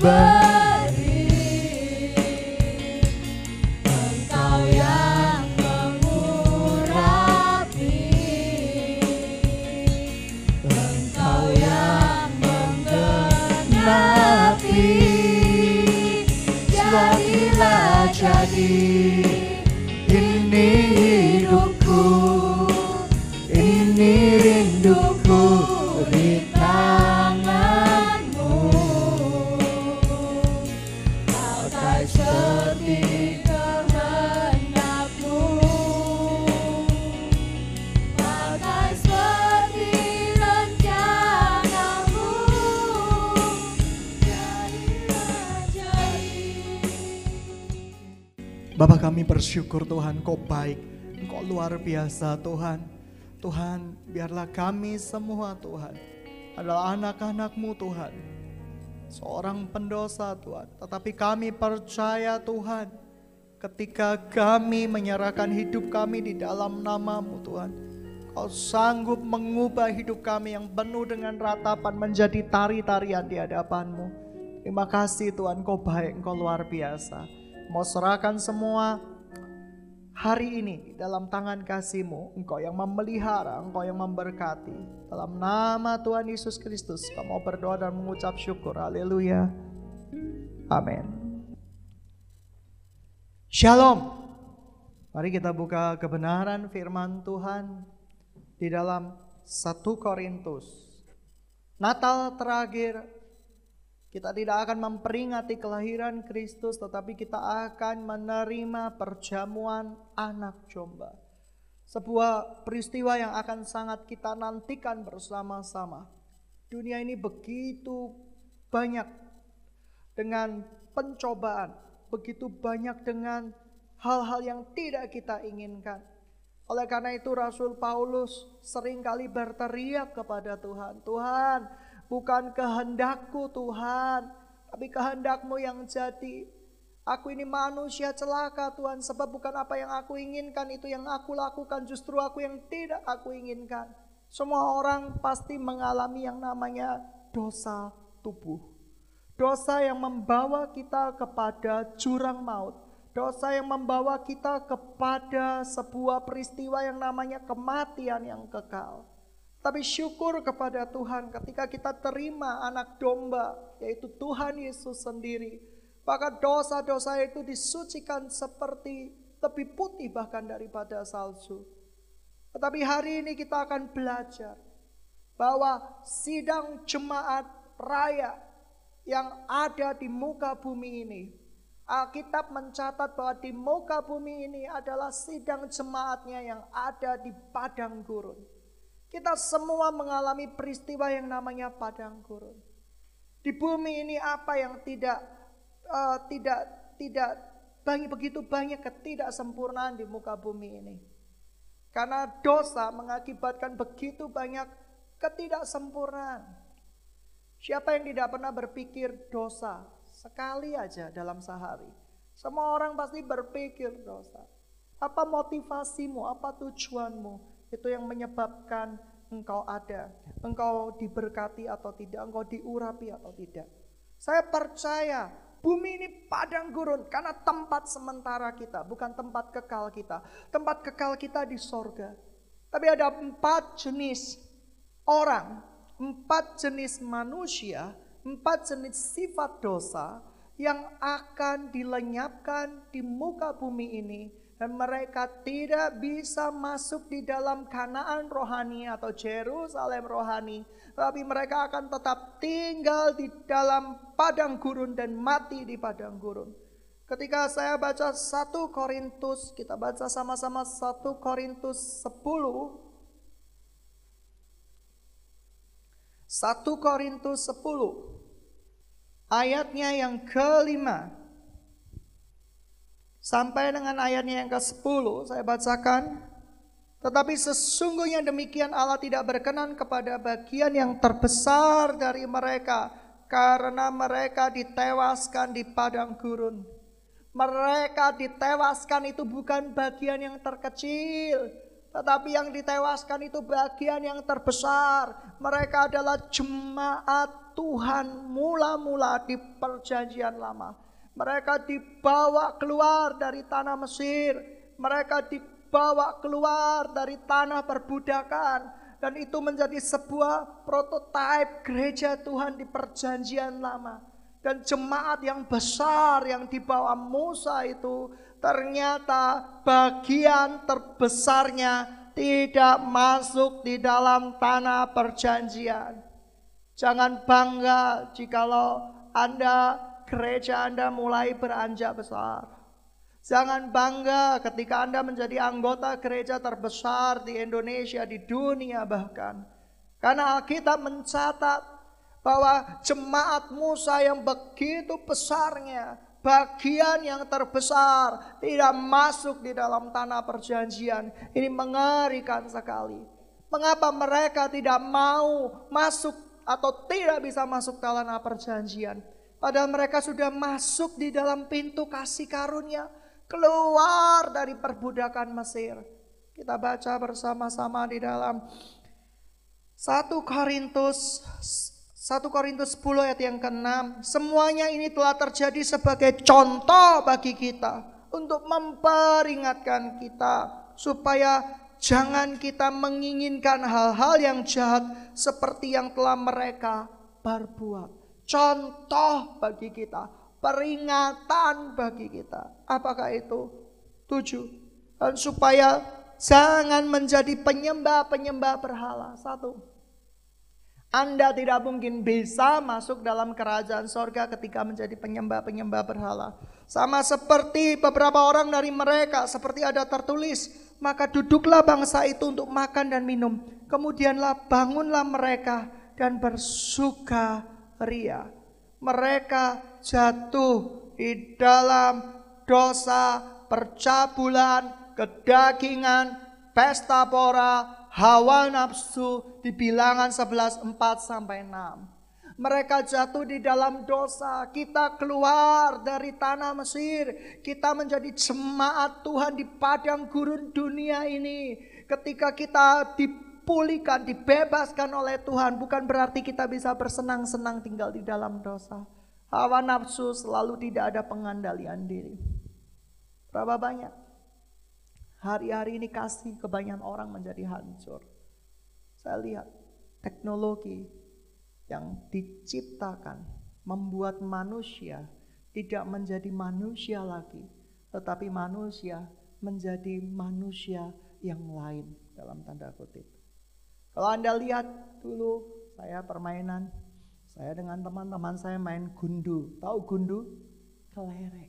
memberi, Engkau yang mengurapi, Engkau yang menggenapi. Jadilah jadi, ini hidupku, ini rinduku di tanganmu. Bagai seperti kehendakmu, bagai seperti rencanamu. Jadilah jadi. Bapa, kami bersyukur Tuhan, Kau baik, Engkau luar biasa Tuhan. Tuhan, biarlah kami semua Tuhan adalah anak-anak-Mu Tuhan, seorang pendosa Tuhan. Tetapi kami percaya Tuhan, ketika kami menyerahkan hidup kami di dalam nama-Mu Tuhan, Kau sanggup mengubah hidup kami yang penuh dengan ratapan menjadi tari-tarian di hadapan-Mu. Terima kasih Tuhan, Kau baik, Engkau luar biasa. Mau serahkan semua hari ini dalam tangan kasih-Mu. Engkau yang memelihara, Engkau yang memberkati. Dalam nama Tuhan Yesus Kristus, kau mau berdoa dan mengucap syukur. Haleluya. Amin. Shalom. Mari kita buka kebenaran firman Tuhan di dalam 1 Korintus. Natal terakhir, kita tidak akan memperingati kelahiran Kristus, tetapi kita akan menerima perjamuan anak domba. Sebuah peristiwa yang akan sangat kita nantikan bersama-sama. Dunia ini begitu banyak dengan pencobaan, begitu banyak dengan hal-hal yang tidak kita inginkan. Oleh karena itu Rasul Paulus seringkali berteriak kepada Tuhan, Tuhan, bukan kehendakku Tuhan, tapi kehendak-Mu yang jadi. Aku ini manusia celaka Tuhan, sebab bukan apa yang aku inginkan itu yang aku lakukan, justru aku yang tidak aku inginkan. Semua orang pasti mengalami yang namanya dosa tubuh. Dosa yang membawa kita kepada jurang maut. Dosa yang membawa kita kepada sebuah peristiwa yang namanya kematian yang kekal. Tapi syukur kepada Tuhan ketika kita terima anak domba, yaitu Tuhan Yesus sendiri. Maka dosa-dosa itu disucikan seperti lebih putih bahkan daripada salju. Tetapi hari ini kita akan belajar bahwa sidang jemaat raya yang ada di muka bumi ini, Alkitab mencatat bahwa di muka bumi ini adalah sidang jemaatnya yang ada di padang gurun. Kita semua mengalami peristiwa yang namanya padang gurun. Di bumi ini apa yang tidak begitu banyak ketidaksempurnaan di muka bumi ini. Karena dosa mengakibatkan begitu banyak ketidaksempurnaan. Siapa yang tidak pernah berpikir dosa sekali aja dalam sehari? Semua orang pasti berpikir dosa. Apa motivasimu, apa tujuanmu? Itu yang menyebabkan engkau ada, engkau diberkati atau tidak, engkau diurapi atau tidak. Saya percaya bumi ini padang gurun karena tempat sementara kita, bukan tempat kekal kita. Tempat kekal kita di sorga. Tapi ada 4 jenis orang, 4 jenis manusia, 4 jenis sifat dosa yang akan dilenyapkan di muka bumi ini. Dan mereka tidak bisa masuk di dalam Kanaan rohani atau Yerusalem rohani. Tapi mereka akan tetap tinggal di dalam padang gurun dan mati di padang gurun. Ketika saya baca 1 Korintus, kita baca sama-sama 1 Korintus 10. 1 Korintus 10. Ayatnya yang ke-5. Sampai dengan ayatnya yang ke-10 saya bacakan. Tetapi sesungguhnya demikian Allah tidak berkenan kepada bagian yang terbesar dari mereka. Karena mereka ditewaskan di padang gurun. Mereka ditewaskan itu bukan bagian yang terkecil. Tetapi yang ditewaskan itu bagian yang terbesar. Mereka adalah jemaat Tuhan mula-mula di perjanjian lama. Mereka dibawa keluar dari tanah Mesir. Mereka dibawa keluar dari tanah perbudakan. Dan itu menjadi sebuah prototipe gereja Tuhan di perjanjian lama. Dan jemaat yang besar yang dibawa Musa itu ternyata bagian terbesarnya tidak masuk di dalam tanah perjanjian. Jangan bangga jikalau gereja Anda mulai beranjak besar. Jangan bangga ketika Anda menjadi anggota gereja terbesar di Indonesia, di dunia bahkan. Karena Alkitab mencatat bahwa jemaat Musa yang begitu besarnya, bagian yang terbesar tidak masuk di dalam tanah perjanjian. Ini mengerikan sekali. Mengapa mereka tidak mau masuk atau tidak bisa masuk dalam tanah perjanjian? Padahal mereka sudah masuk di dalam pintu kasih karunia, keluar dari perbudakan Mesir. Kita baca bersama-sama di dalam 1 Korintus 10 ayat yang ke-6. Semuanya ini telah terjadi sebagai contoh bagi kita, untuk memperingatkan kita supaya jangan kita menginginkan hal-hal yang jahat seperti yang telah mereka perbuat. Contoh bagi kita, peringatan bagi kita. Apakah itu? 7. Dan supaya jangan menjadi penyembah-penyembah berhala. 1. Anda tidak mungkin bisa masuk dalam kerajaan sorga ketika menjadi penyembah-penyembah berhala. Sama seperti beberapa orang dari mereka, seperti ada tertulis, maka duduklah bangsa itu untuk makan dan minum. Kemudianlah bangunlah mereka dan bersukaria. Mereka jatuh di dalam dosa, percabulan, kedagingan, pesta pora, hawa nafsu di Bilangan 11:4-6. Mereka jatuh di dalam dosa. Kita keluar dari tanah Mesir. Kita menjadi jemaat Tuhan di padang gurun dunia ini. Ketika kita dipulihkan, dibebaskan oleh Tuhan, bukan berarti kita bisa bersenang-senang tinggal di dalam dosa. Hawa nafsu selalu tidak ada pengandalian diri. Berapa banyak hari-hari ini kasih kebanyakan orang menjadi hancur. Saya lihat teknologi yang diciptakan membuat manusia tidak menjadi manusia lagi, tetapi manusia menjadi manusia yang lain dalam tanda kutip. Kalau Anda lihat dulu saya permainan, saya dengan teman-teman saya main gundu. Tahu gundu? Kelereng.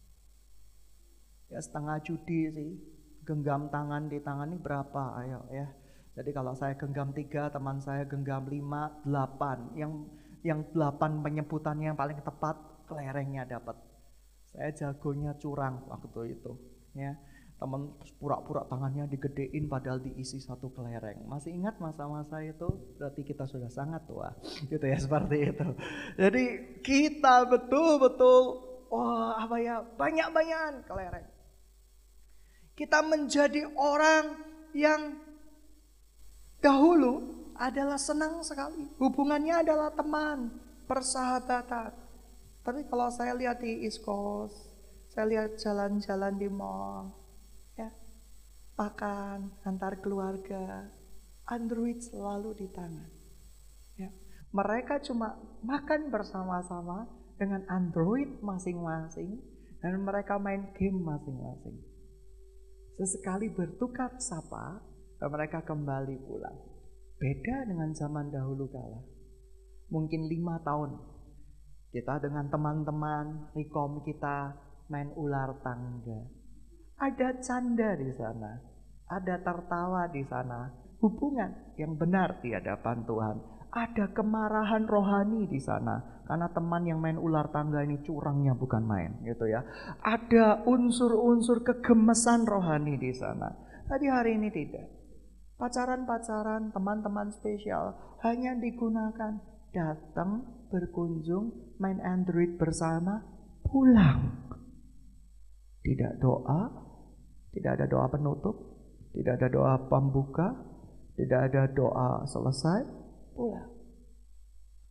Ya setengah judi sih. Genggam tangan di tangan ini berapa? Ayo ya. Jadi kalau saya genggam 3, teman saya genggam 5, 8. Yang 8 penyebutannya yang paling tepat, kelerengnya dapat. Saya jagonya curang waktu itu. Ya, teman pura-pura tangannya digedein padahal diisi satu kelereng. Masih ingat masa-masa itu? Berarti kita sudah sangat tua. Gitu ya, seperti itu. Jadi kita betul-betul, banyak-banyakan kelereng. Kita menjadi orang yang dahulu adalah senang sekali. Hubungannya adalah teman, persahabatan. Tapi kalau saya lihat di East Coast, saya lihat jalan-jalan di mall, ya, makan antar keluarga, Android selalu di tangan. Ya, mereka cuma makan bersama-sama dengan Android masing-masing dan mereka main game masing-masing. Sesekali bertukar sapa dan mereka kembali pulang. Beda dengan zaman dahulu kala. Mungkin 5 tahun kita dengan teman-teman Rekom kita main ular tangga. Ada canda di sana, ada tertawa di sana, hubungan yang benar di hadapan Tuhan. Ada kemarahan rohani di sana karena teman yang main ular tangga ini curangnya bukan main, gitu ya. Ada unsur-unsur kegemesan rohani di sana. Tapi hari ini tidak. Pacaran-pacaran, teman-teman spesial hanya digunakan datang, berkunjung, main Android bersama, pulang. Tidak doa, tidak ada doa penutup, tidak ada doa pembuka, tidak ada doa selesai, pulang.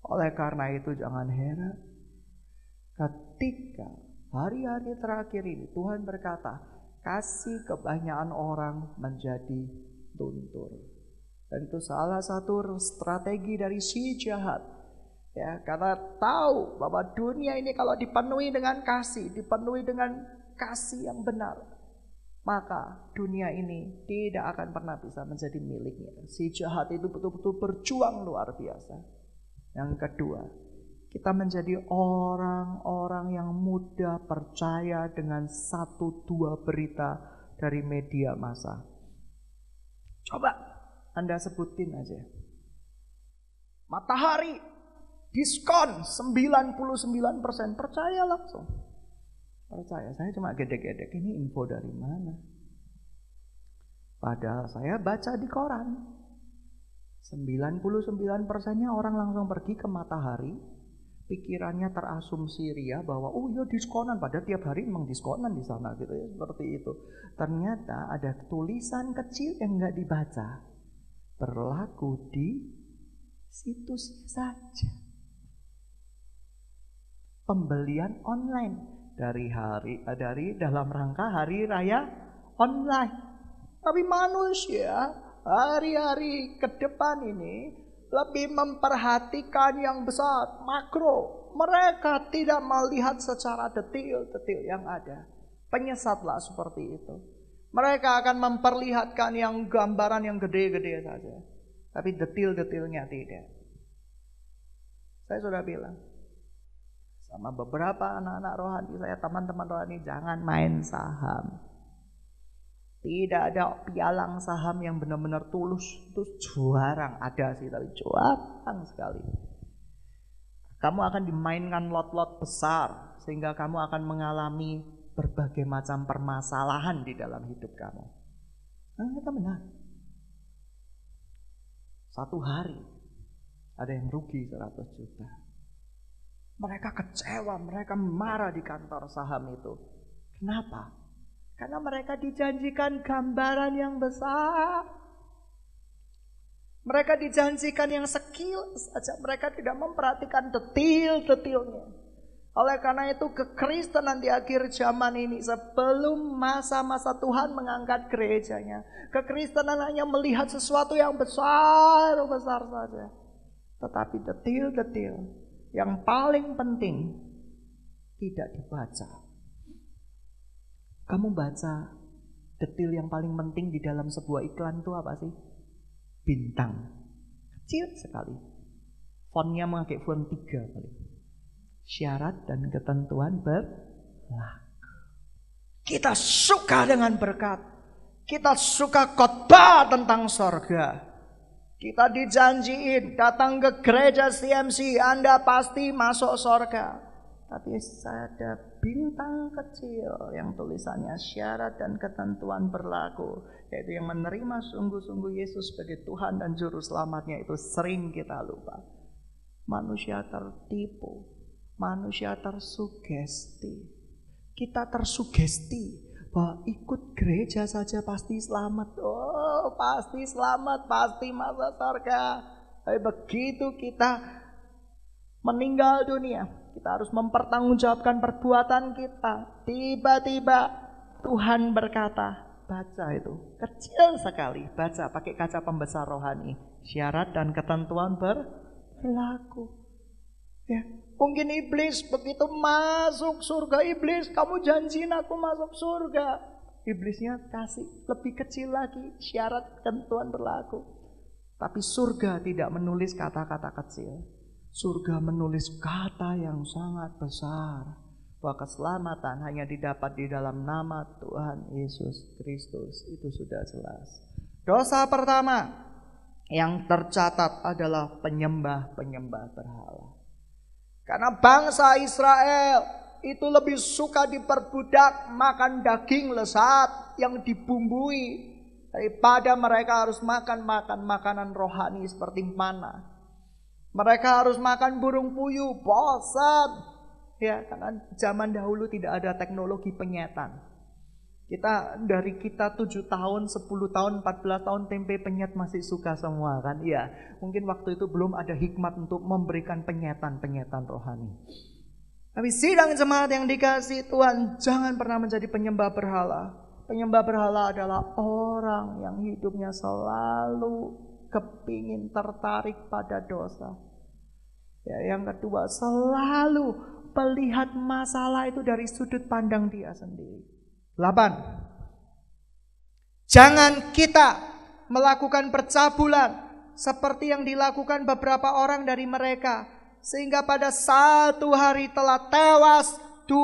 Oleh karena itu jangan heran ketika hari-hari terakhir ini Tuhan berkata, kasih kebanyakan orang menjadi luntur. Dan itu salah satu strategi dari si jahat. Ya, karena tahu bahwa dunia ini kalau dipenuhi dengan kasih, dipenuhi dengan kasih yang benar, maka dunia ini tidak akan pernah bisa menjadi miliknya. Si jahat itu betul-betul berjuang luar biasa. Yang kedua, kita menjadi orang-orang yang mudah percaya dengan 1-2 berita dari media massa. Coba Anda sebutin aja. Matahari diskon 99%, percaya langsung. Percaya, saya cuma gedek-gedek, ini info dari mana? Padahal saya baca di koran. 99%-nya orang langsung pergi ke matahari. Pikirannya terasumsi ria bahwa oh ya diskonan, padahal tiap hari memang diskonan di sana gitu ya, seperti itu. Ternyata ada tulisan kecil yang nggak dibaca. Berlaku di situs saja. Pembelian online dari dalam rangka hari raya online. Tapi manusia hari-hari ke depan ini lebih memperhatikan yang besar, makro. Mereka tidak melihat secara detail-detail yang ada. Penyesatlah seperti itu. Mereka akan memperlihatkan yang gambaran yang gede-gede saja, tapi detail-detailnya tidak. Saya sudah bilang sama beberapa anak-anak rohani saya, teman-teman rohani, jangan main saham. Tidak ada pialang saham yang benar-benar tulus. Itu jarang ada sih, tapi jarang sekali. Kamu akan dimainkan lot-lot besar sehingga kamu akan mengalami berbagai macam permasalahan di dalam hidup kamu. Nah, kita benar. Satu hari ada yang rugi 100 juta. Mereka kecewa, mereka marah di kantor saham itu. Kenapa? Karena mereka dijanjikan gambaran yang besar. Mereka dijanjikan yang sekil saja. Mereka tidak memperhatikan detail-detailnya. Oleh karena itu kekristenan di akhir zaman ini, sebelum masa-masa Tuhan mengangkat gerejanya, kekristenan hanya melihat sesuatu yang besar-besar saja. Tetapi detail-detail yang paling penting tidak dibaca. Kamu baca detail yang paling penting di dalam sebuah iklan itu apa sih? Bintang. Kecil sekali. Fontnya memakai font 3 paling. Syarat dan ketentuan berlaku. Kita suka dengan berkat. Kita suka khotbah tentang sorga. Kita dijanjiin datang ke gereja CMC, Anda pasti masuk sorga. Tapi ada bintang kecil yang tulisannya syarat dan ketentuan berlaku, yaitu yang menerima sungguh-sungguh Yesus sebagai Tuhan dan Juru Selamatnya. Itu sering kita lupa. Manusia tertipu, manusia tersugesti. Kita tersugesti bahwa ikut gereja saja pasti selamat. Oh, pasti selamat, pasti masuk surga. Tapi begitu kita meninggal dunia, kita harus mempertanggungjawabkan perbuatan kita. Tiba-tiba Tuhan berkata, baca itu, kecil sekali, baca pakai kaca pembesar rohani. Syarat dan ketentuan berlaku. Ya, mungkin iblis begitu masuk surga, iblis kamu janjiin aku masuk surga. Iblisnya kasih lebih kecil lagi, syarat ketentuan berlaku. Tapi surga tidak menulis kata-kata kecil. Surga menulis kata yang sangat besar, bahwa keselamatan hanya didapat di dalam nama Tuhan Yesus Kristus. Itu sudah jelas. Dosa pertama yang tercatat adalah penyembah-penyembah berhala. Karena bangsa Israel itu lebih suka diperbudak makan daging lesat yang dibumbui daripada mereka harus makan makanan rohani seperti mana. Mereka harus makan burung puyuh, bosan. Ya, karena zaman dahulu tidak ada teknologi penyetan. Dari kita 7 tahun, 10 tahun, 14 tahun tempe penyet masih suka semua kan? Iya, mungkin waktu itu belum ada hikmat untuk memberikan penyetan-penyetan rohani. Tapi sidang jemaat yang dikasih Tuhan, jangan pernah menjadi penyembah berhala. Penyembah berhala adalah orang yang hidupnya selalu kepingin tertarik pada dosa. Ya, yang kedua, selalu melihat masalah itu dari sudut pandang dia sendiri. 8. Jangan kita melakukan percabulan seperti yang dilakukan beberapa orang dari mereka, sehingga pada satu hari telah tewas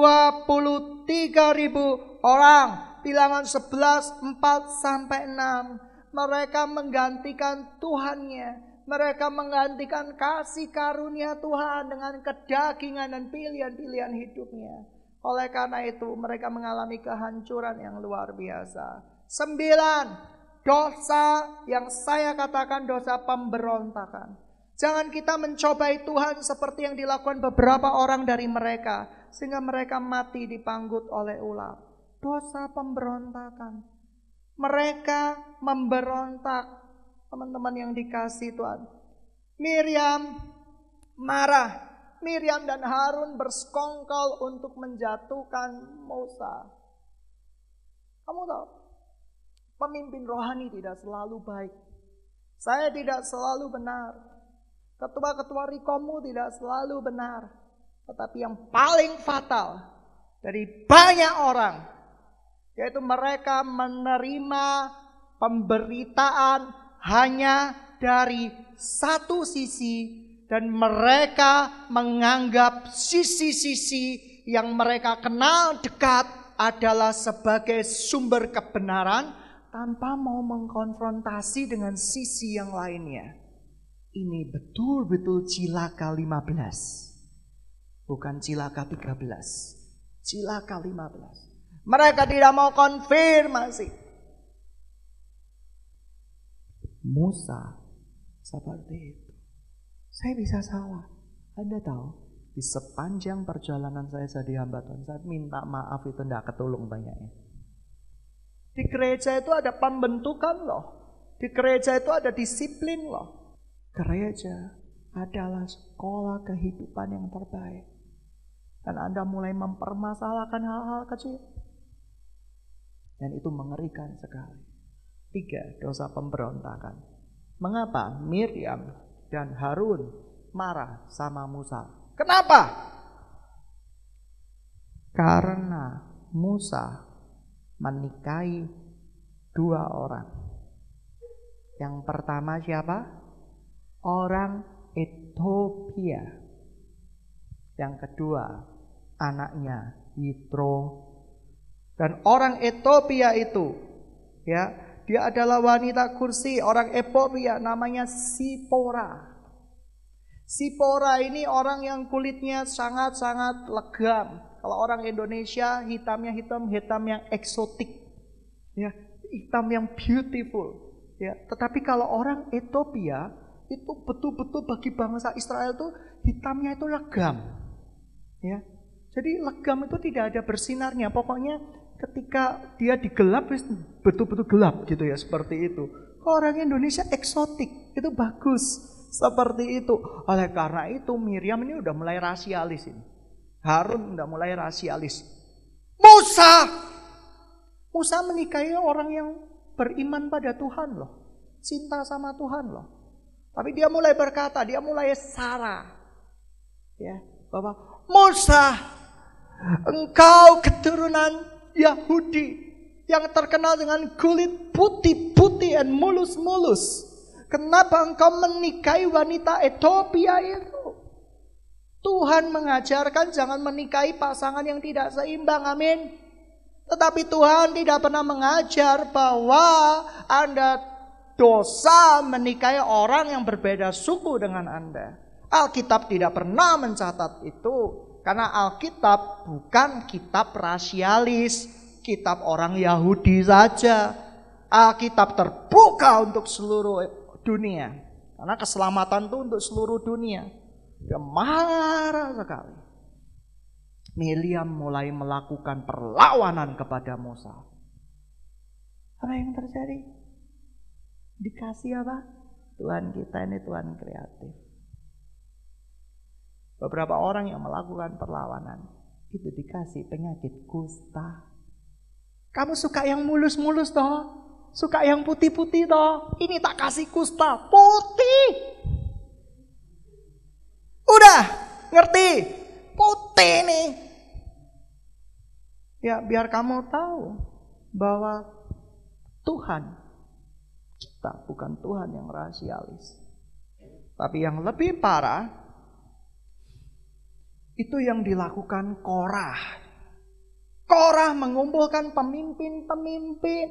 23.000 orang. Bilangan 11, 4 sampai 6. Mereka menggantikan Tuhannya. Mereka menggantikan kasih karunia Tuhan dengan kedagingan dan pilihan-pilihan hidupnya. Oleh karena itu mereka mengalami kehancuran yang luar biasa. 9. Dosa yang saya katakan dosa pemberontakan. Jangan kita mencobai Tuhan seperti yang dilakukan beberapa orang dari mereka, sehingga mereka mati dipanggut oleh ular. Dosa pemberontakan. Mereka memberontak. Teman-teman yang dikasih Tuhan, Miriam marah. Miriam dan Harun bersekongkol untuk menjatuhkan Musa. Kamu tahu, pemimpin rohani tidak selalu baik. Saya tidak selalu benar. Ketua-ketua Rikomu tidak selalu benar. Tetapi yang paling fatal dari banyak orang, yaitu mereka menerima pemberitaan hanya dari satu sisi, dan mereka menganggap sisi-sisi yang mereka kenal dekat adalah sebagai sumber kebenaran tanpa mau mengkonfrontasi dengan sisi yang lainnya. Ini betul-betul cilaka 15. Bukan cilaka 13. Cilaka 15. Mereka tidak mau konfirmasi. Musa seperti itu. Saya bisa salah. Anda tahu, di sepanjang perjalanan saya jadi hamba Tuhan, saya minta maaf itu tidak ketulung banyaknya. Di gereja itu ada pembentukan loh. Di gereja itu ada disiplin loh. Gereja adalah sekolah kehidupan yang terbaik. Dan Anda mulai mempermasalahkan hal-hal kecil. Dan itu mengerikan sekali. 3. Dosa pemberontakan. Mengapa Miriam dan Harun marah sama Musa? Kenapa? Karena Musa menikahi 2 orang. Yang pertama siapa? Orang Ethiopia. Yang kedua, anaknya Yitro. Dan orang Ethiopia itu, ya, dia adalah wanita kursi, orang Ethiopia namanya Sipora. Sipora ini orang yang kulitnya sangat-sangat legam. Kalau orang Indonesia hitamnya hitam yang eksotik, ya, hitam yang beautiful, ya. Tetapi kalau orang Ethiopia itu betul-betul bagi bangsa Israel itu hitamnya itu legam, ya. Jadi legam itu tidak ada bersinarnya. Pokoknya ketika dia digelap, betul-betul gelap gitu ya, seperti itu. Orang Indonesia eksotik, itu bagus, seperti itu. Oleh karena itu Miriam ini udah mulai rasialis ini. Harun udah mulai rasialis. Musa menikahi orang yang beriman pada Tuhan loh. Cinta sama Tuhan loh. Tapi dia mulai berkata, dia mulai sara. Ya, bahwa Musa, engkau keturunan Yahudi yang terkenal dengan kulit putih-putih dan mulus-mulus. Kenapa engkau menikahi wanita Ethiopia itu? Tuhan mengajarkan jangan menikahi pasangan yang tidak seimbang, amin. Tetapi Tuhan tidak pernah mengajar bahwa Anda dosa menikahi orang yang berbeda suku dengan Anda. Alkitab tidak pernah mencatat itu. Karena Alkitab bukan kitab rasialis, kitab orang Yahudi saja. Alkitab terbuka untuk seluruh dunia. Karena keselamatan itu untuk seluruh dunia. Dia marah sekali. Miriam mulai melakukan perlawanan kepada Musa. Apa yang terjadi? Dikasih apa? Tuhan kita ini Tuhan kreatif. Beberapa orang yang melakukan perlawanan itu dikasih penyakit kusta. Kamu suka yang mulus-mulus toh? Suka yang putih-putih toh? Ini tak kasih kusta, putih. Udah, ngerti? Putih nih. Ya biar kamu tahu bahwa Tuhan kita bukan Tuhan yang rasialis. Tapi yang lebih parah itu yang dilakukan Korah. Korah mengumpulkan pemimpin-pemimpin.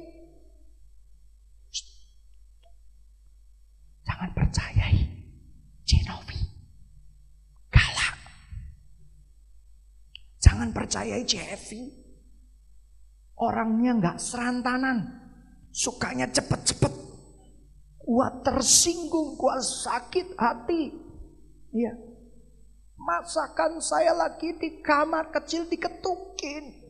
Jangan percayai Genovi. Galak. Jangan percayai Jeffy. Orangnya gak serantanan. Sukanya cepet-cepet. Gua tersinggung, gua sakit hati. Iya. Masakan saya lagi di kamar kecil diketukin.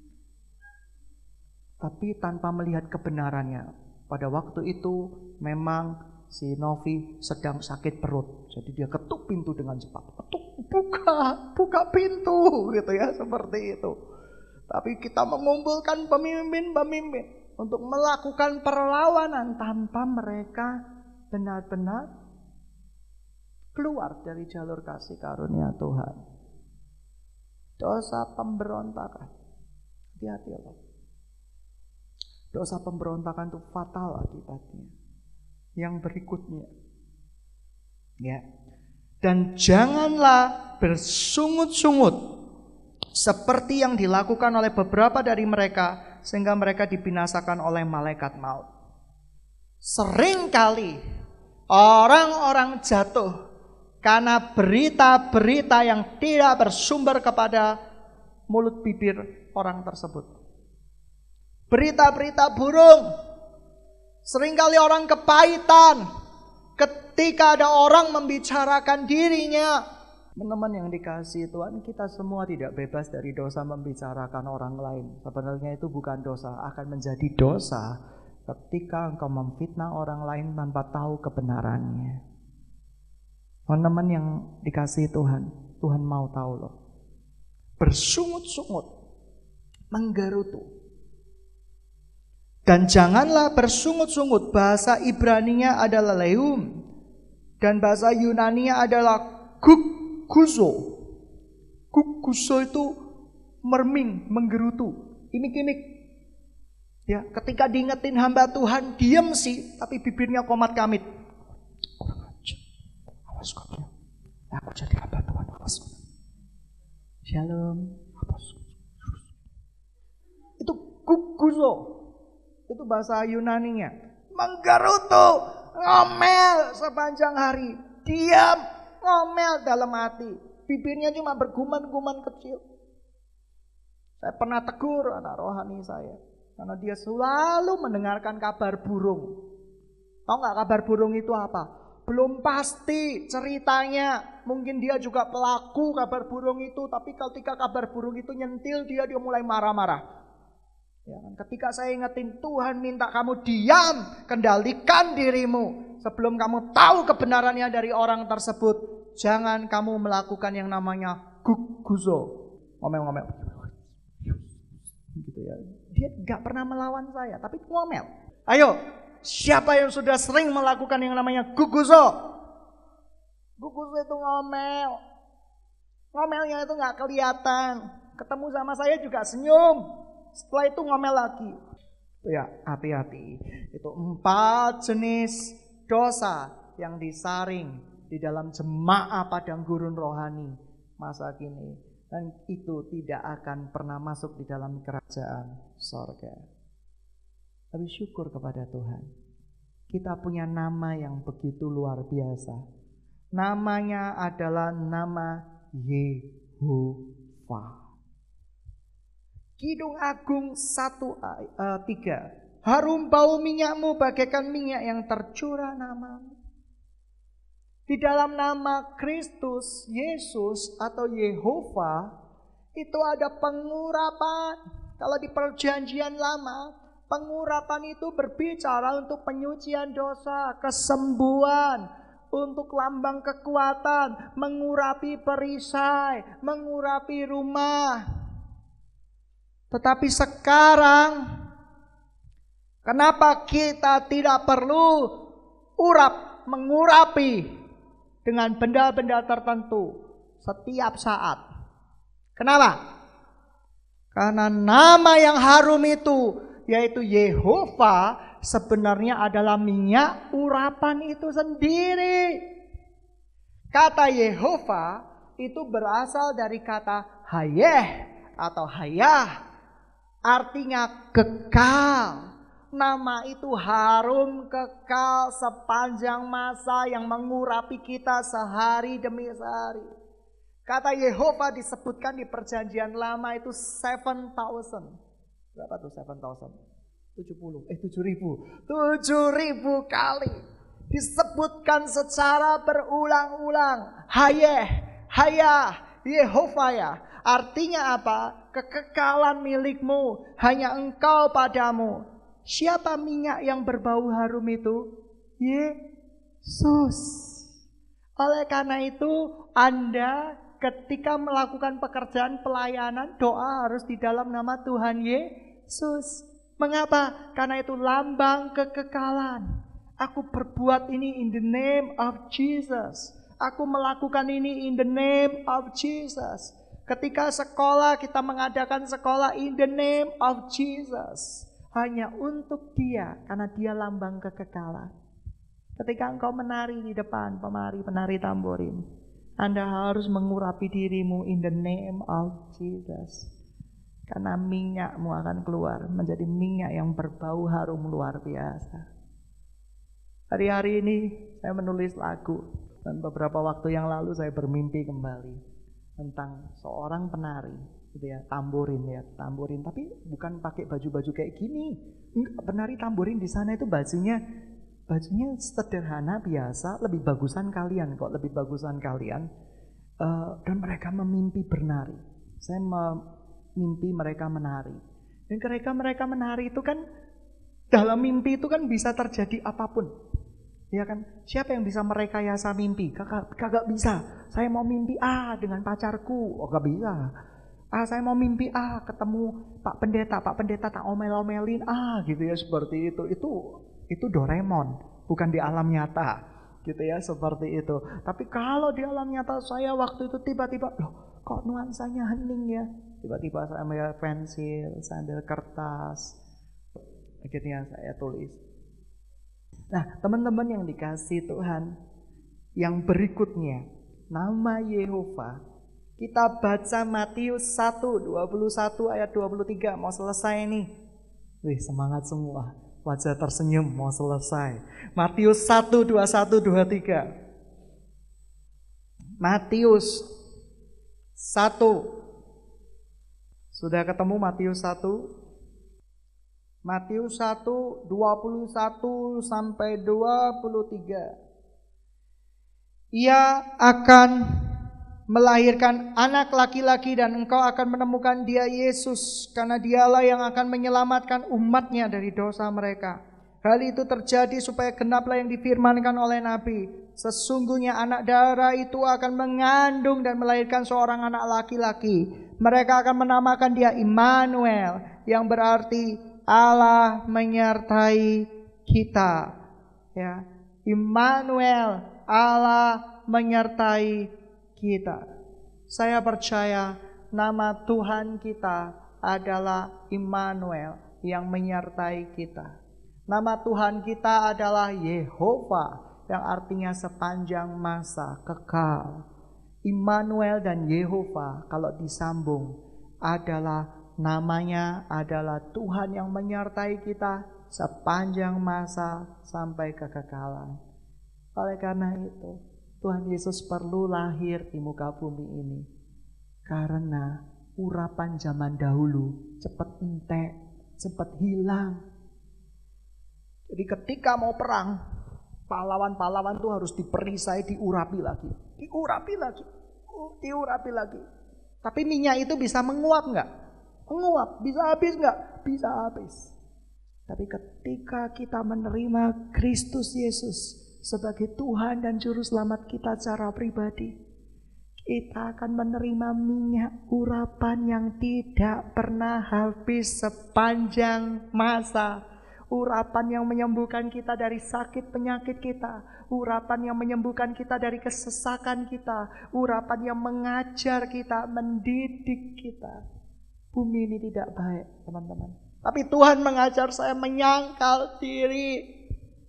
Tapi tanpa melihat kebenarannya. Pada waktu itu memang si Novi sedang sakit perut. Jadi dia ketuk pintu dengan cepat. Ketuk, buka pintu gitu ya, seperti itu. Tapi kita mengumpulkan pemimpin-pemimpin untuk melakukan perlawanan tanpa mereka benar-benar keluar dari jalur kasih karunia Tuhan. Dosa pemberontakan. Hati-hati loh. Dosa pemberontakan itu fatal akibatnya. Yang berikutnya. Ya. Dan janganlah bersungut-sungut seperti yang dilakukan oleh beberapa dari mereka sehingga mereka dibinasakan oleh malaikat maut. Seringkali orang-orang jatuh karena berita-berita yang tidak bersumber kepada mulut bibir orang tersebut. Berita-berita burung. Seringkali orang kepahitan ketika ada orang membicarakan dirinya. Teman-teman yang dikasihi Tuhan, kita semua tidak bebas dari dosa membicarakan orang lain. Sebenarnya itu bukan dosa, akan menjadi dosa ketika engkau memfitnah orang lain tanpa tahu kebenarannya. Teman-teman yang dikasihi Tuhan, Tuhan mau tahu loh. Bersungut-sungut, menggerutu. Dan janganlah bersungut-sungut. Bahasa Ibraninya adalah leum. Dan bahasa Yunaninya adalah guguzo. Guguzo itu merming, menggerutu, imik-imik. Ya, ketika diingetin hamba Tuhan, diam sih, tapi bibirnya komat kamit. Awas kamu, aku jadi hamba Tuhan, awas. Shalom. Itu guguzo. Itu bahasa Yunaninya. Menggerutu, ngomel sepanjang hari. Diam, ngomel dalam hati. Bibirnya cuma berguman-guman kecil. Saya pernah tegur anak rohani saya. Karena dia selalu mendengarkan kabar burung. Tahu gak kabar burung itu apa? Belum pasti ceritanya. Mungkin dia juga pelaku kabar burung itu. Tapi ketika kabar burung itu nyentil dia mulai marah-marah. Ya, ketika saya ingetin Tuhan minta kamu diam, kendalikan dirimu. Sebelum kamu tahu kebenarannya dari orang tersebut, jangan kamu melakukan yang namanya guguzo. Ngomel-ngomel. Gitu ya. Dia gak pernah melawan saya, tapi ngomel. Ayo, siapa yang sudah sering melakukan yang namanya guguzo? Guguzo itu ngomel. Ngomelnya itu gak kelihatan. Ketemu sama saya juga senyum. Setelah itu ngomel lagi. Ya, hati-hati. Itu 4 jenis dosa yang disaring di dalam jemaah padang gurun rohani masa kini. Dan itu tidak akan pernah masuk di dalam kerajaan sorga. Tapi syukur kepada Tuhan. Kita punya nama yang begitu luar biasa. Namanya adalah nama Yehova. Kidung Agung 1:3. Harum bau minyakmu bagaikan minyak yang tercurah namamu. Di dalam nama Kristus, Yesus atau Yehova itu ada pengurapan. Kalau di perjanjian lama, Pengurapan itu berbicara untuk penyucian dosa, kesembuhan, untuk lambang kekuatan, mengurapi perisai, mengurapi rumah. Tetapi sekarang, kenapa kita tidak perlu mengurapi dengan benda-benda tertentu setiap saat? Kenapa? Karena nama yang harum itu, yaitu Yehova, sebenarnya adalah minyak urapan itu sendiri. Kata Yehova itu berasal dari kata hayeh atau hayah, artinya kekal. Nama itu harum, kekal sepanjang masa, yang mengurapi kita sehari demi sehari. Kata Yehova disebutkan di perjanjian lama itu 7,000. Berapa tuh 7,000? 7.000 kali. Disebutkan secara berulang-ulang. Hayeh, hayah, Yehova ya. Artinya apa? Kekekalan milikmu, hanya engkau padamu. Siapa minyak yang berbau harum itu? Yesus. Oleh karena itu, Anda ketika melakukan pekerjaan pelayanan, doa harus di dalam nama Tuhan Yesus. Mengapa? Karena itu lambang kekekalan. Aku berbuat ini in the name of Jesus. Aku melakukan ini in the name of Jesus. Ketika sekolah, kita mengadakan sekolah in the name of Jesus. Hanya untuk Dia, karena Dia lambang kekekalan. Ketika engkau menari di depan, penari tamborin, Anda harus mengurapi dirimu in the name of Jesus. Karena minyakmu akan keluar menjadi minyak yang berbau harum luar biasa. Hari-hari ini saya menulis lagu, dan beberapa waktu yang lalu saya bermimpi kembali tentang seorang penari. Gitu ya, tamborin, tapi bukan pakai baju-baju kayak gini. Penari tamborin di sana itu bajunya sederhana biasa, lebih bagusan kalian kok, dan mereka memimpi bernari. Saya mimpi mereka menari. Dan mereka menari itu kan, dalam mimpi itu kan bisa terjadi apapun. Ya kan? Siapa yang bisa merekayasa mimpi? Kagak bisa. Saya mau mimpi dengan pacarku. Oh, gak bisa. Saya mau mimpi ketemu Pak Pendeta tak omel-omelin gitu ya, seperti itu. Itu Doraemon, bukan di alam nyata. Gitu ya, seperti itu. Tapi kalau di alam nyata saya waktu itu tiba-tiba, loh kok nuansanya hening ya? Tiba-tiba saya ambil pensil, saya ambil kertas. Akhirnya saya tulis. Nah, teman-teman yang dikasih Tuhan, yang berikutnya, nama Yehova. Kita baca Matius 1:21 ayat 23, mau selesai nih. Wih, semangat semua. Wajah tersenyum, mau selesai. Matius 1:21-23. Matius 1. Sudah ketemu Matius 1? Matius 1:21 sampai 23. Ia akan melahirkan anak laki-laki dan engkau akan menemukan dia Yesus, karena dialah yang akan menyelamatkan umatnya dari dosa mereka. Hal itu terjadi supaya genaplah yang difirmankan oleh Nabi. Sesungguhnya anak darah itu akan mengandung dan melahirkan seorang anak laki-laki. Mereka akan menamakan dia Immanuel, yang berarti Allah menyertai kita. Ya, Immanuel, Allah menyertai kita. Saya percaya nama Tuhan kita adalah Immanuel, yang menyertai kita. Nama Tuhan kita adalah Yehova, yang artinya sepanjang masa, kekal. Immanuel dan Yehova kalau disambung adalah namanya adalah Tuhan yang menyertai kita sepanjang masa sampai kekekalan. Oleh karena itu, Tuhan Yesus perlu lahir di muka bumi ini. Karena urapan zaman dahulu cepat entek, cepat hilang. Jadi ketika mau perang, pahlawan-pahlawan itu harus diperisai, diurapi lagi. Tapi minyak itu bisa menguap enggak? Menguap. Bisa habis enggak? Bisa habis. Tapi ketika kita menerima Kristus Yesus sebagai Tuhan dan Juru Selamat kita secara pribadi, kita akan menerima minyak urapan yang tidak pernah habis sepanjang masa. Urapan yang menyembuhkan kita dari sakit penyakit kita. Urapan yang menyembuhkan kita dari kesesakan kita. Urapan yang mengajar kita, mendidik kita. Bumi ini tidak baik, teman-teman. Tapi Tuhan mengajar saya menyangkal diri.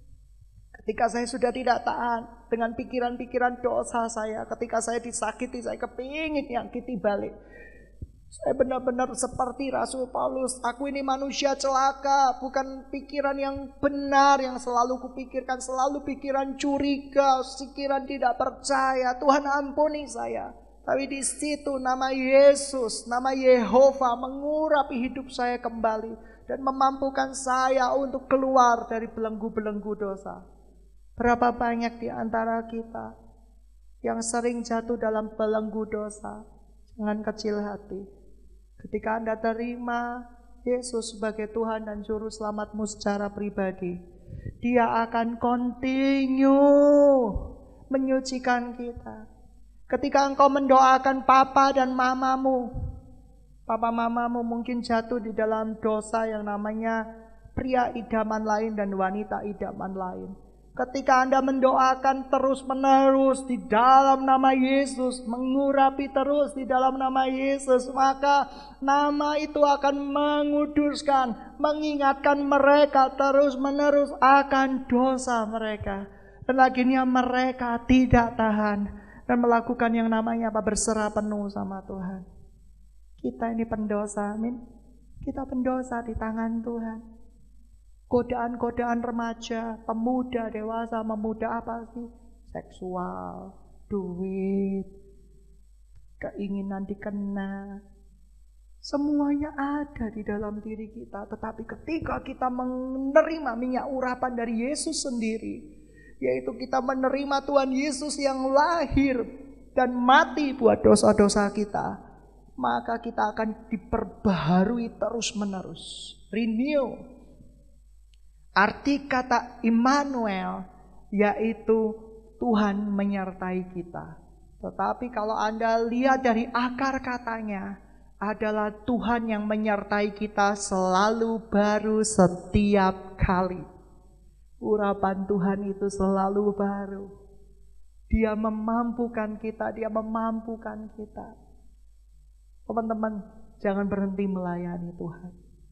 Ketika saya sudah tidak tahan dengan pikiran-pikiran dosa saya. Ketika saya disakiti, saya kepingin nyakiti balik. Saya benar-benar seperti Rasul Paulus. Aku ini manusia celaka. Bukan pikiran yang benar yang selalu kupikirkan. Selalu pikiran curiga, pikiran tidak percaya. Tuhan ampuni saya. Tapi di situ nama Yesus, nama Yehova mengurapi hidup saya kembali. Dan memampukan saya untuk keluar dari belenggu-belenggu dosa. Berapa banyak di antara kita yang sering jatuh dalam belenggu dosa. Jangan kecil hati. Ketika Anda terima Yesus sebagai Tuhan dan Juru Selamatmu secara pribadi, Dia akan continue menyucikan kita. Ketika engkau mendoakan papa dan mamamu, papa mamamu mungkin jatuh di dalam dosa yang namanya pria idaman lain dan wanita idaman lain. Ketika Anda mendoakan terus-menerus di dalam nama Yesus, mengurapi terus di dalam nama Yesus, maka nama itu akan menguduskan, mengingatkan mereka terus-menerus akan dosa mereka. Dan akhirnya mereka tidak tahan dan melakukan yang namanya berserah penuh sama Tuhan. Kita ini pendosa, amin. Kita pendosa di tangan Tuhan. Godaan-godaan remaja, pemuda, dewasa, memuda apa sih? Seksual, duit, keinginan dikenal. Semuanya ada di dalam diri kita. Tetapi ketika kita menerima minyak urapan dari Yesus sendiri, yaitu kita menerima Tuhan Yesus yang lahir dan mati buat dosa-dosa kita, maka kita akan diperbaharui terus-menerus. Renew. Arti kata Immanuel yaitu Tuhan menyertai kita. Tetapi kalau Anda lihat dari akar katanya adalah Tuhan yang menyertai kita selalu baru setiap kali. Urapan Tuhan itu selalu baru. Dia memampukan kita, Dia memampukan kita. Teman-teman, jangan berhenti melayani Tuhan.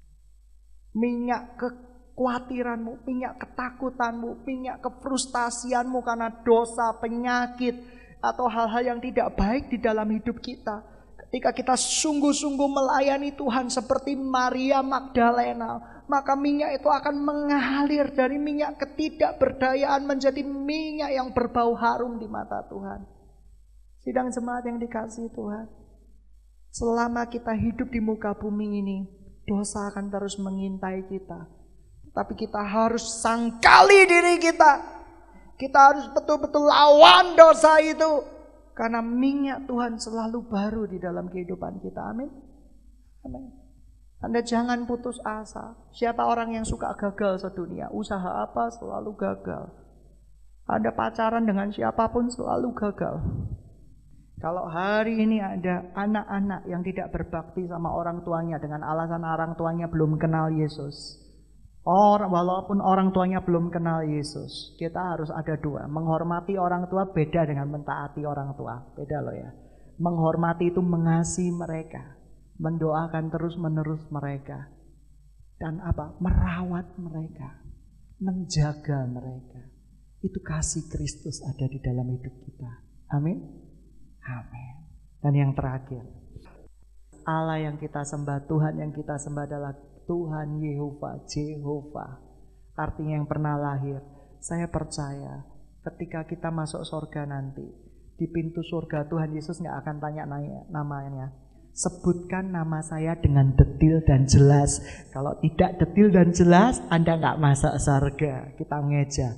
Minyak kekhawatiranmu, minyak ketakutanmu, minyak kefrustasianmu karena dosa, penyakit, atau hal-hal yang tidak baik di dalam hidup kita. Ketika kita sungguh-sungguh melayani Tuhan seperti Maria Magdalena, maka minyak itu akan mengalir dari minyak ketidakberdayaan menjadi minyak yang berbau harum di mata Tuhan. Sidang jemaat yang dikasihi Tuhan, selama kita hidup di muka bumi ini, dosa akan terus mengintai kita. Tapi kita harus sangkali diri kita. Kita harus betul-betul lawan dosa itu. Karena minyak Tuhan selalu baru di dalam kehidupan kita. Amin. Amin. Anda jangan putus asa. Siapa orang yang suka gagal sedunia? Usaha apa selalu gagal. Anda pacaran dengan siapapun selalu gagal. Kalau hari ini ada anak-anak yang tidak berbakti sama orang tuanya dengan alasan orang tuanya belum kenal Yesus. Walaupun orang tuanya belum kenal Yesus, kita harus ada dua. Menghormati orang tua beda dengan mentaati orang tua. Beda loh ya. Menghormati itu mengasihi mereka, mendoakan terus-menerus mereka, dan merawat mereka, menjaga mereka. Itu kasih Kristus ada di dalam hidup kita. Amin. Amin. Dan yang terakhir, Allah yang kita sembah, Tuhan yang kita sembah adalah Tuhan Yehova. Artinya yang pernah lahir. Saya percaya ketika kita masuk surga nanti, di pintu surga Tuhan Yesus gak akan tanya namanya. Sebutkan nama saya dengan detil dan jelas. Kalau tidak detil dan jelas, Anda gak masuk surga. Kita ngeja.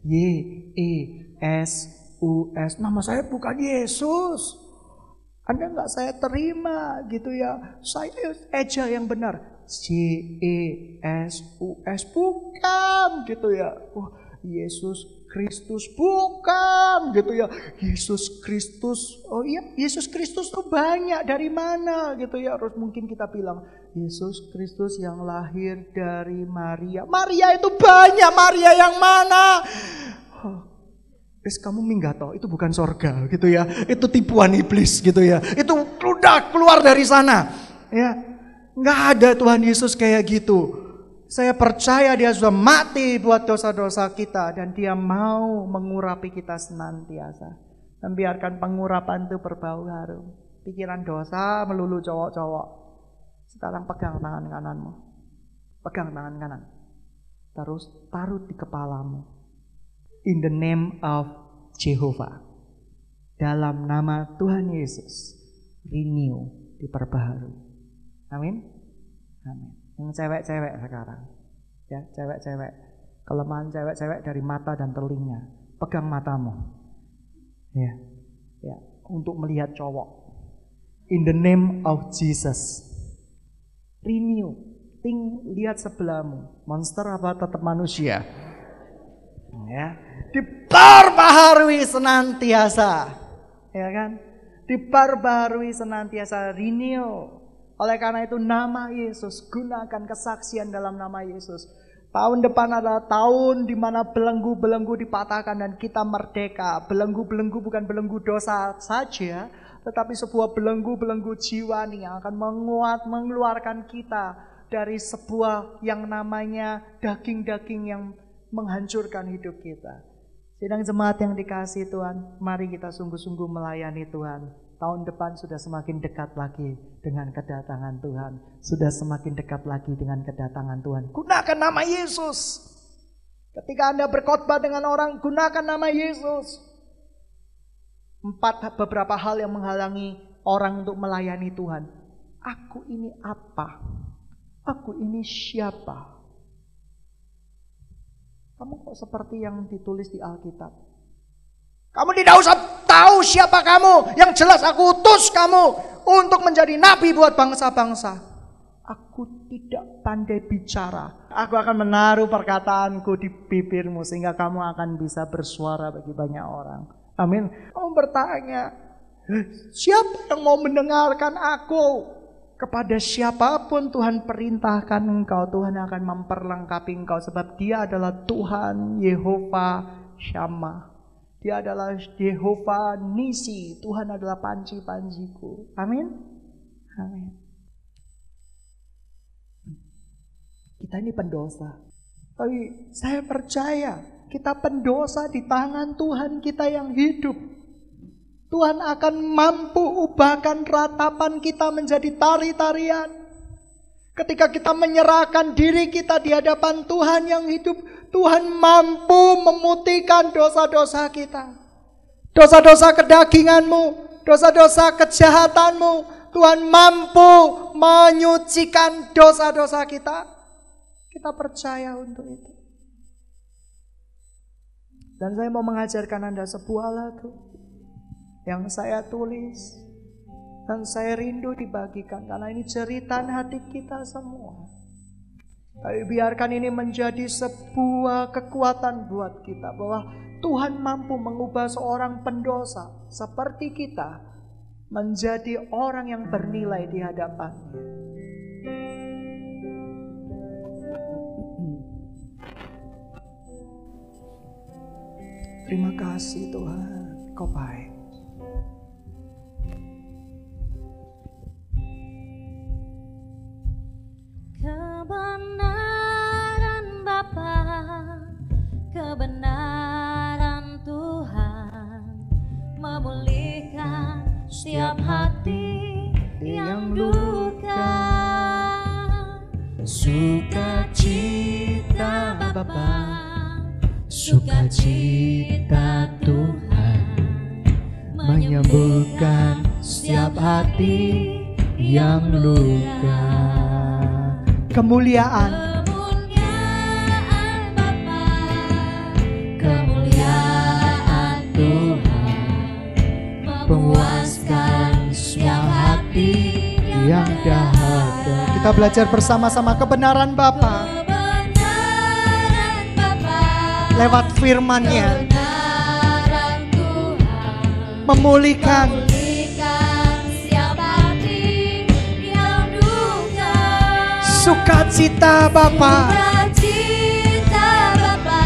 Y-E-S-U-S. Nama saya bukan Yesus. Anda gak saya terima gitu ya. Saya eja yang benar. Yesus, bukan gitu ya. Wah, Yesus Kristus, bukan gitu ya. Yesus Kristus, oh iya Yesus Kristus tuh banyak, dari mana gitu ya. Terus mungkin kita bilang Yesus Kristus yang lahir dari Maria. Maria itu banyak, Maria yang mana? Kamu minggato, itu bukan sorga gitu ya. Itu tipuan iblis gitu ya. Itu udah keluar dari sana. Ya, nggak ada Tuhan Yesus kayak gitu. Saya percaya dia sudah mati buat dosa-dosa kita dan dia mau mengurapi kita senantiasa. Dan biarkan pengurapan itu berbau harum. Pikiran dosa melulu cowok-cowok. Sekarang pegang tangan kananmu. Pegang tangan kanan. Terus taruh di kepalamu. In the name of Jehovah. Dalam nama Tuhan Yesus. Renew, diperbaharui. Amin. Amin. Yang cewek-cewek sekarang. Ya, cewek-cewek. Kelemahan cewek-cewek dari mata dan telinga. Pegang matamu. Ya. Ya, untuk melihat cowok. In the name of Jesus. Renew. Lihat sebelahmu. Monster apa tetap manusia? Ya, diperbaharui senantiasa, ya kan? Diperbaharui senantiasa, renew. Oleh karena itu nama Yesus, gunakan kesaksian dalam nama Yesus. Tahun depan adalah tahun di mana belenggu-belenggu dipatahkan dan kita merdeka. Belenggu-belenggu bukan belenggu dosa saja, tetapi sebuah belenggu-belenggu jiwa nih yang akan mengeluarkan kita dari sebuah yang namanya daging-daging yang menghancurkan hidup kita. Sidang jemaat yang dikasihi Tuhan, mari kita sungguh-sungguh melayani Tuhan. Tahun depan sudah semakin dekat lagi dengan kedatangan Tuhan. Sudah semakin dekat lagi dengan kedatangan Tuhan. Gunakan nama Yesus. Ketika Anda berkhotbah dengan orang, gunakan nama Yesus. Beberapa hal yang menghalangi orang untuk melayani Tuhan. Aku ini apa? Aku ini siapa? Kamu kok seperti yang ditulis di Alkitab? Kamu tidak usah tahu siapa kamu. Yang jelas aku utus kamu untuk menjadi nabi buat bangsa-bangsa. Aku tidak pandai bicara. Aku akan menaruh perkataanku di bibirmu sehingga kamu akan bisa bersuara bagi banyak orang. Amin. Kamu bertanya, siapa yang mau mendengarkan aku? Kepada siapapun Tuhan perintahkan engkau, Tuhan akan memperlengkapi engkau. Sebab dia adalah Tuhan Yehova Shammah. Dia adalah Yehova Nisi. Tuhan adalah panci-panciku. Amin. Amin. Kita ini pendosa. Tapi saya percaya kita pendosa di tangan Tuhan kita yang hidup. Tuhan akan mampu ubahkan ratapan kita menjadi tari-tarian. Ketika kita menyerahkan diri kita di hadapan Tuhan yang hidup, Tuhan mampu memutihkan dosa-dosa kita. Dosa-dosa kedaginganmu, dosa-dosa kejahatanmu, Tuhan mampu menyucikan dosa-dosa kita. Kita percaya untuk itu. Dan saya mau mengajarkan Anda sebuah lagu yang saya tulis dan saya rindu dibagikan karena ini cerita hati kita semua. Tapi biarkan ini menjadi sebuah kekuatan buat kita bahwa Tuhan mampu mengubah seorang pendosa seperti kita menjadi orang yang bernilai di hadapan-Nya. Terima kasih Tuhan, Kau baik. Kebenaran Bapa, kebenaran Tuhan memulihkan setiap hati yang duka. Sukacita Bapa, sukacita Tuhan menyembuhkan setiap hati yang luka. Kemuliaan Bapa, kemuliaan Tuhan memuaskan setiap hati yang dahaga. Kita kita belajar bersama-sama kebenaran Bapa Kebenaran Bapa, lewat firman-Nya kebenaran Tuhan, memulihkan memulihkan setiap hati yang duka. sukacita Bapa, Sukacita Bapa,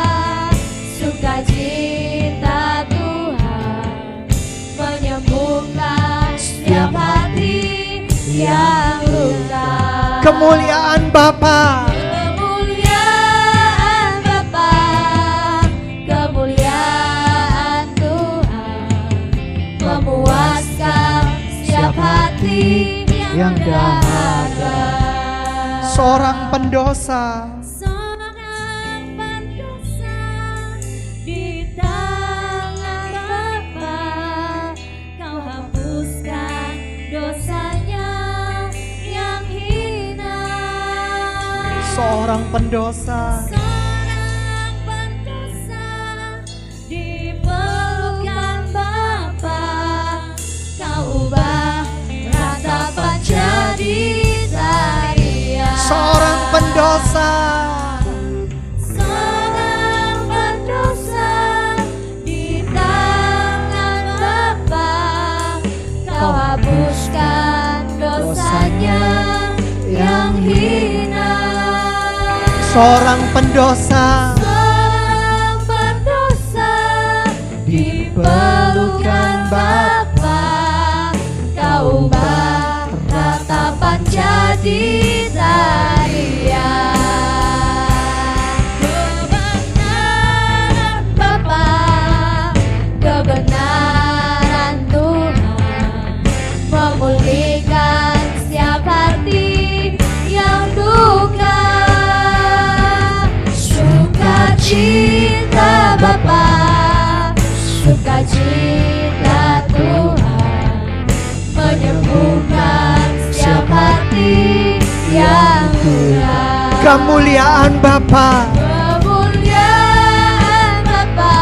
sukacita Tuhan, menyembuhkan setiap hati yang luka. kemuliaan Bapa, Kemuliaan Bapa, kemuliaan Tuhan, memuaskan setiap hati yang dahaga. seorang pendosa Seorang pendosa di tangan Bapa, Kau hapuskan dosanya yang hina. seorang pendosa Seorang pendosa di pelukan Bapa, Kau ubah ratapan jadi tarian. seorang pendosa Seorang pendosa di tangan Bapa, Kau hapuskan dosanya yang hina. seorang pendosa Seorang pendosa di pelukan Bapa, Kau ubah ratapan jadi tarian. Kebenaran Bapa, kebenaran Tuhan, memulihkan setiap hati yang duka. Sukacita Bapa, sukacita Tuhan, menyembuhkan setiap hati yang duka. kemuliaan Bapa, Kemuliaan Bapa,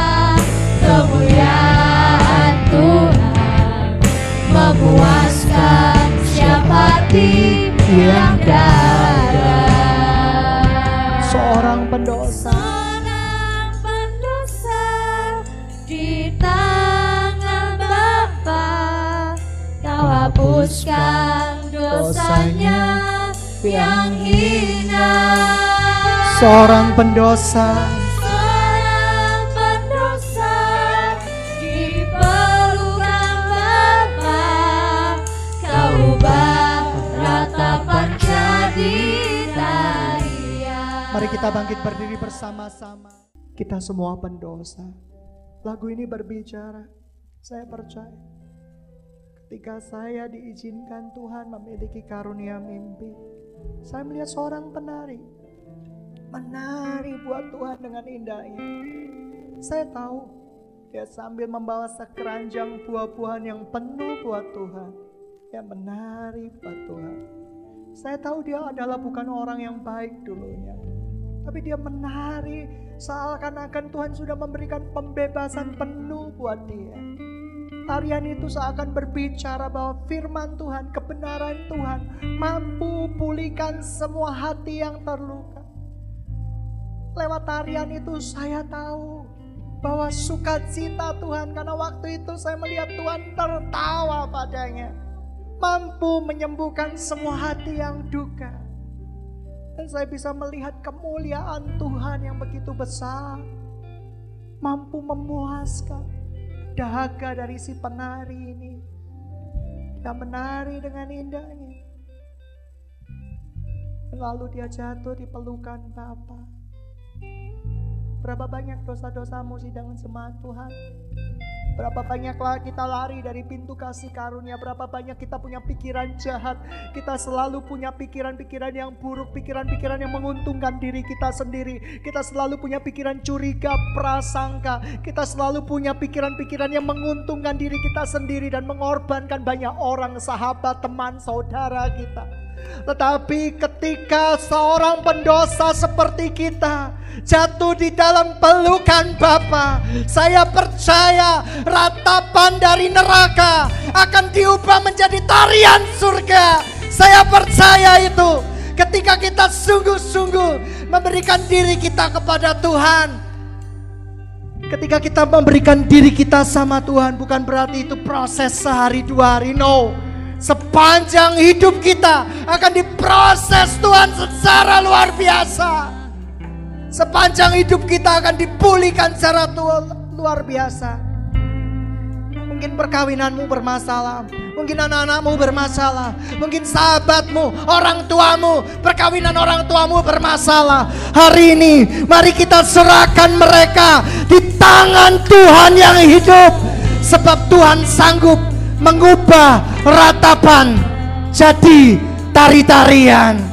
kemuliaan Tuhan, memuaskan setiap hati yang dahaga. seorang pendosa Seorang pendosa di tangan Bapa, Kau hapuskan dosanya yang hina. seorang pendosa Seorang pendosa di pelukan Bapa, Kau ubah ratapan jadi tarian. Mari kita bangkit berdiri bersama-sama. Kita semua pendosa. Lagu ini berbicara, saya percaya ketika saya diizinkan Tuhan memiliki karunia mimpi, saya melihat seorang penari menari buat Tuhan dengan indahnya. Saya tahu dia sambil membawa sekeranjang buah-buahan yang penuh buat Tuhan. Dia menari buat Tuhan. Saya tahu dia adalah bukan orang yang baik dulunya, tapi dia menari seakan-akan Tuhan sudah memberikan pembebasan penuh buat dia. Tarian itu seakan berbicara bahwa firman Tuhan, kebenaran Tuhan mampu pulihkan semua hati yang terluka. Lewat tarian itu saya tahu bahwa sukacita Tuhan, karena waktu itu saya melihat Tuhan tertawa padanya, mampu menyembuhkan semua hati yang duka. Dan saya bisa melihat kemuliaan Tuhan yang begitu besar, mampu memuaskan dahaga dari si penari ini. Dia menari dengan indahnya, lalu dia jatuh di pelukan Bapa. Berapa banyak dosa-dosamu sidang jemaat Tuhan? Berapa banyaklah kita lari dari pintu kasih karunia. Berapa banyak kita punya pikiran jahat. Kita selalu punya pikiran-pikiran yang buruk, pikiran-pikiran yang menguntungkan diri kita sendiri. Kita selalu punya pikiran curiga, prasangka. Kita selalu punya pikiran-pikiran yang menguntungkan diri kita sendiri dan mengorbankan banyak orang, sahabat, teman, saudara kita. Tetapi ketika seorang pendosa seperti kita jatuh di dalam pelukan Bapa, saya percaya ratapan dari neraka akan diubah menjadi tarian surga. Saya percaya itu. Ketika kita sungguh-sungguh memberikan diri kita kepada Tuhan. Ketika kita memberikan diri kita sama Tuhan, bukan berarti itu proses sehari dua hari, no. Sepanjang hidup kita akan diproses Tuhan secara luar biasa. Sepanjang hidup kita akan dipulihkan secara luar biasa. Mungkin perkawinanmu bermasalah, mungkin anak-anakmu bermasalah, mungkin sahabatmu, orang tuamu, perkawinan orang tuamu bermasalah. Hari ini mari kita serahkan mereka di tangan Tuhan yang hidup. Sebab Tuhan sanggup mengubah ratapan jadi tari-tarian.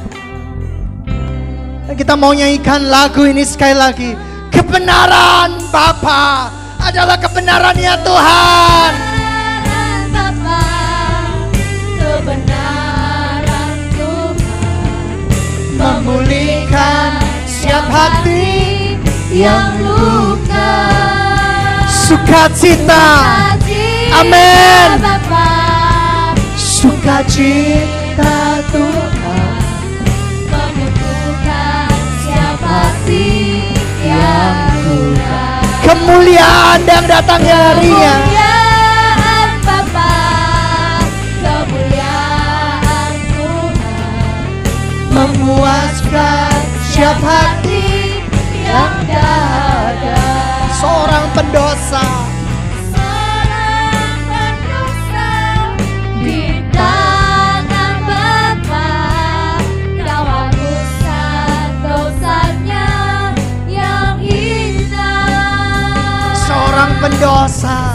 Kita mau nyanyikan lagu ini sekali lagi. Kebenaran Bapa adalah kebenarannya Tuhan. Kebenaran Bapa, kebenaran Tuhan, Memulihkan setiap hati yang luka. Sukacita, amin. Bapa, Sukacita Tuhan, menyembuhkan setiap hati yang luka. kemuliaan yang datangnya harinya. Kemuliaan Bapa, kemuliaan Tuhan, Memuaskan setiap hati yang dahaga. seorang pendosa. Seorang pendosa di tangan Bapa, Kau hapuskan dosanya yang hina. Seorang pendosa